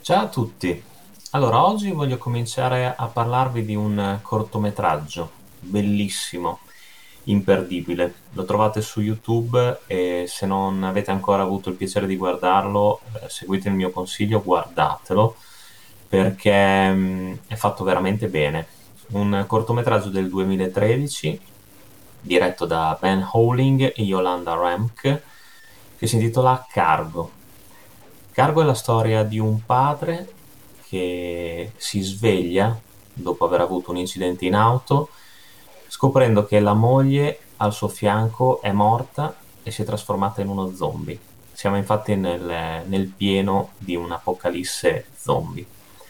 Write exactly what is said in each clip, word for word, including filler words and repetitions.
Ciao a tutti. Allora, oggi voglio cominciare a parlarvi di un cortometraggio bellissimo, imperdibile. Lo trovate su YouTube e se non avete ancora avuto il piacere di guardarlo, eh, seguite il mio consiglio, guardatelo perché mm, è fatto veramente bene. Un cortometraggio del duemilatredici diretto da Ben Howling e Yolanda Ramk che si intitola Cargo. Cargo è la storia di un padre che si sveglia dopo aver avuto un incidente in auto, scoprendo che la moglie al suo fianco è morta e si è trasformata in uno zombie. Siamo infatti nel, nel pieno di un'apocalisse zombie.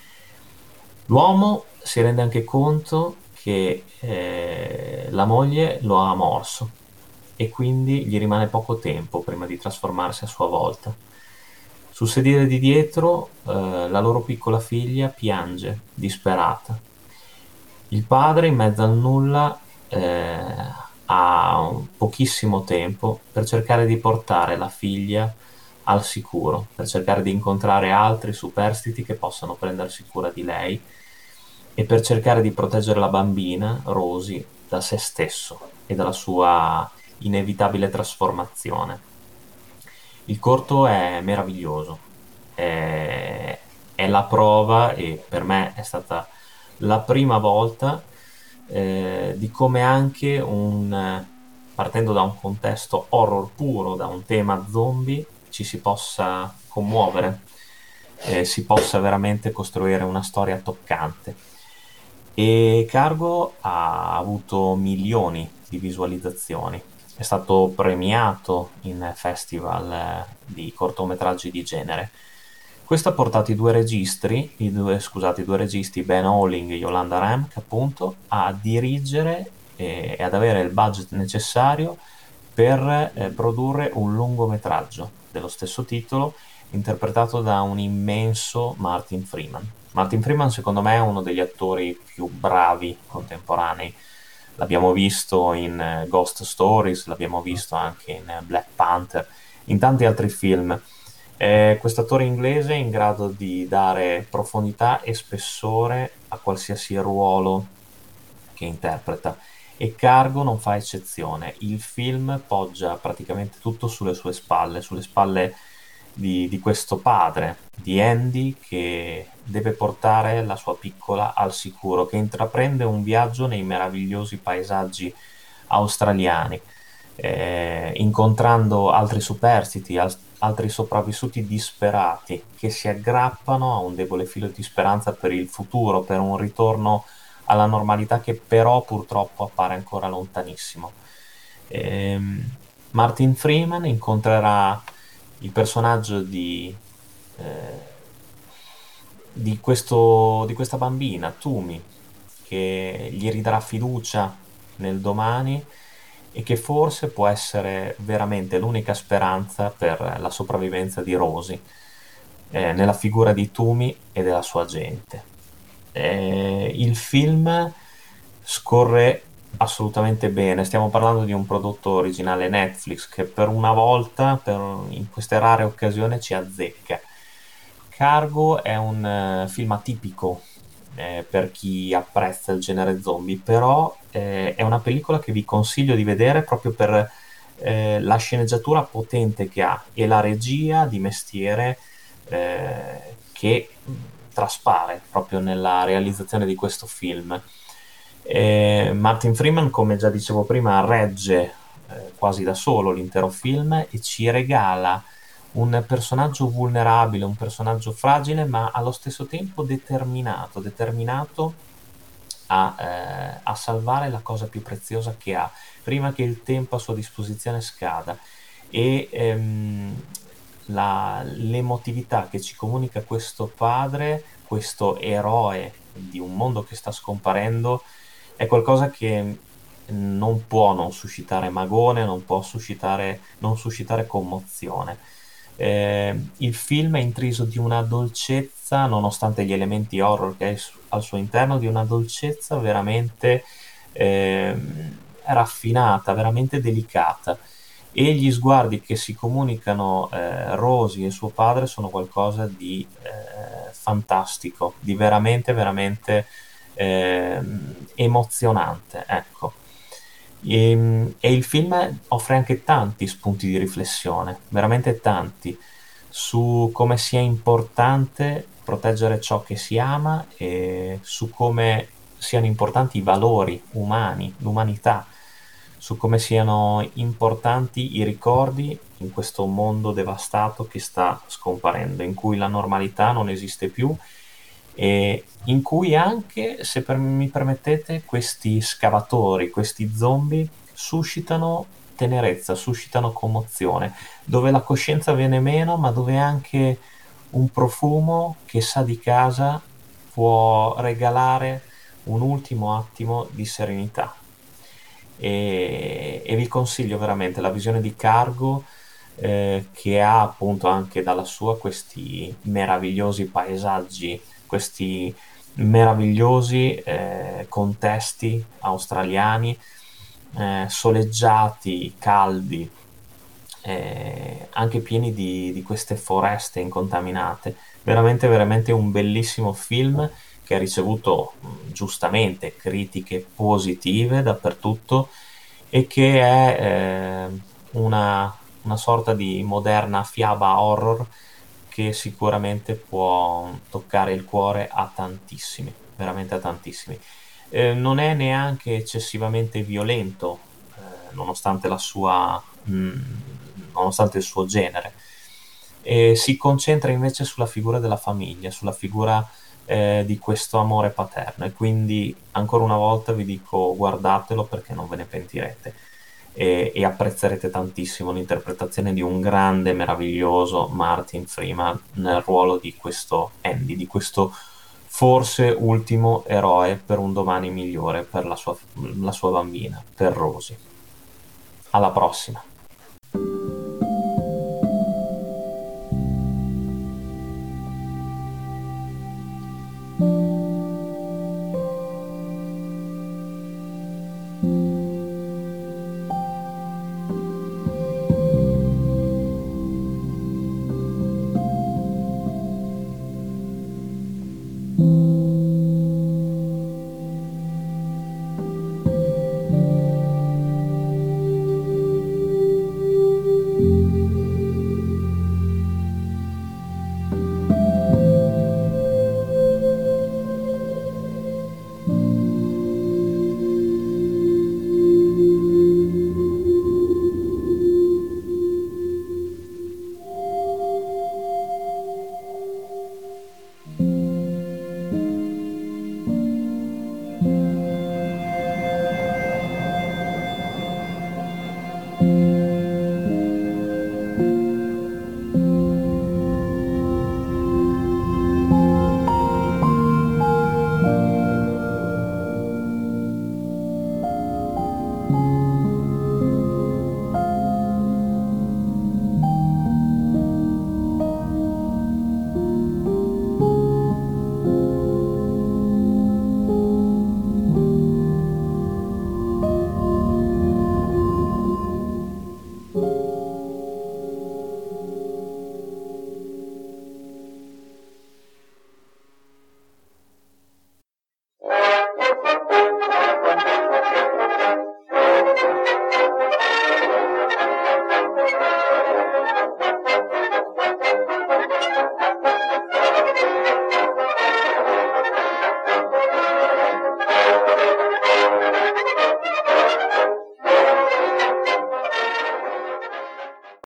L'uomo si rende anche conto che eh, la moglie lo ha morso e quindi gli rimane poco tempo prima di trasformarsi a sua volta. Sul sedile di dietro eh, la loro piccola figlia piange, disperata. Il padre, in mezzo al nulla, eh, ha un pochissimo tempo per cercare di portare la figlia al sicuro, per cercare di incontrare altri superstiti che possano prendersi cura di lei e per cercare di proteggere la bambina, Rosy, da se stesso e dalla sua inevitabile trasformazione. Il corto è meraviglioso, è, è la prova e per me è stata la prima volta eh, di come anche un, partendo da un contesto horror puro, da un tema zombie, ci si possa commuovere, eh, si possa veramente costruire una storia toccante. E Cargo ha avuto milioni di visualizzazioni. È stato premiato in festival eh, di cortometraggi di genere. Questo ha portato i due registri, i due, scusate, i due registi, Ben Howling e Yolanda Ramk, appunto, a dirigere e, e ad avere il budget necessario per eh, produrre un lungometraggio dello stesso titolo, interpretato da un immenso Martin Freeman. Martin Freeman, secondo me, è uno degli attori più bravi contemporanei. L'abbiamo visto in eh, Ghost Stories, l'abbiamo visto anche in eh, Black Panther, in tanti altri film. È questo attore inglese in grado di dare profondità e spessore a qualsiasi ruolo che interpreta. E Cargo non fa eccezione. Il film poggia praticamente tutto sulle sue spalle, sulle spalle di, di questo padre, di Andy, che deve portare la sua piccola al sicuro, che intraprende un viaggio nei meravigliosi paesaggi australiani, eh, incontrando altri superstiti, al- altri sopravvissuti disperati che si aggrappano a un debole filo di speranza per il futuro, per un ritorno alla normalità che però purtroppo appare ancora lontanissimo. Ehm, Martin Freeman incontrerà il personaggio di, eh, di, questo, di questa bambina, Tumi, che gli ridarà fiducia nel domani e che forse può essere veramente l'unica speranza per la sopravvivenza di Rosy, eh, nella figura di Tumi e della sua gente. Eh, il film scorre assolutamente bene. Stiamo parlando di un prodotto originale Netflix che per una volta, per, in queste rare occasioni, ci azzecca. Cargo è un eh, film atipico eh, per chi apprezza il genere zombie, però eh, è una pellicola che vi consiglio di vedere proprio per eh, la sceneggiatura potente che ha e la regia di mestiere eh, che mh, traspare proprio nella realizzazione di questo film. Eh, Martin Freeman, come già dicevo prima, regge eh, quasi da solo l'intero film e ci regala un personaggio vulnerabile, un personaggio fragile, ma allo stesso tempo determinato, determinato a, eh, a salvare la cosa più preziosa che ha, prima che il tempo a sua disposizione scada. E ehm, la- l'emotività che ci comunica questo padre, questo eroe di un mondo che sta scomparendo, è qualcosa che non può non suscitare magone, non può suscitare, non suscitare commozione. Eh, il film è intriso di una dolcezza, nonostante gli elementi horror che è su- al suo interno, di una dolcezza veramente ehm, raffinata, veramente delicata. E gli sguardi che si comunicano eh, Rosy e suo padre sono qualcosa di eh, fantastico, di veramente, veramente ehm, emozionante, ecco. E, e il film offre anche tanti spunti di riflessione, veramente tanti, su come sia importante proteggere ciò che si ama e su come siano importanti i valori umani, l'umanità, su come siano importanti i ricordi in questo mondo devastato che sta scomparendo, in cui la normalità non esiste più e in cui anche, se per- mi permettete, questi scavatori, questi zombie suscitano tenerezza, suscitano commozione, dove la coscienza viene meno, ma dove anche un profumo che sa di casa può regalare un ultimo attimo di serenità. E, e vi consiglio veramente la visione di Cargo, eh, che ha appunto anche dalla sua questi meravigliosi paesaggi, questi meravigliosi eh, contesti australiani, eh, soleggiati, caldi, eh, anche pieni di, di queste foreste incontaminate. Veramente, veramente un bellissimo film che ha ricevuto mh, giustamente critiche positive dappertutto e che è eh, una, una sorta di moderna fiaba horror che sicuramente può toccare il cuore a tantissimi, veramente a tantissimi. Eh, non è neanche eccessivamente violento, eh, nonostante la sua, mh, nonostante il suo genere. E si concentra invece sulla figura della famiglia, sulla figura eh, di questo amore paterno e quindi ancora una volta vi dico guardatelo perché non ve ne pentirete e, e apprezzerete tantissimo l'interpretazione di un grande, meraviglioso Martin Freeman nel ruolo di questo Andy, di questo forse ultimo eroe per un domani migliore per la sua, la sua bambina, per Rosie. Alla prossima!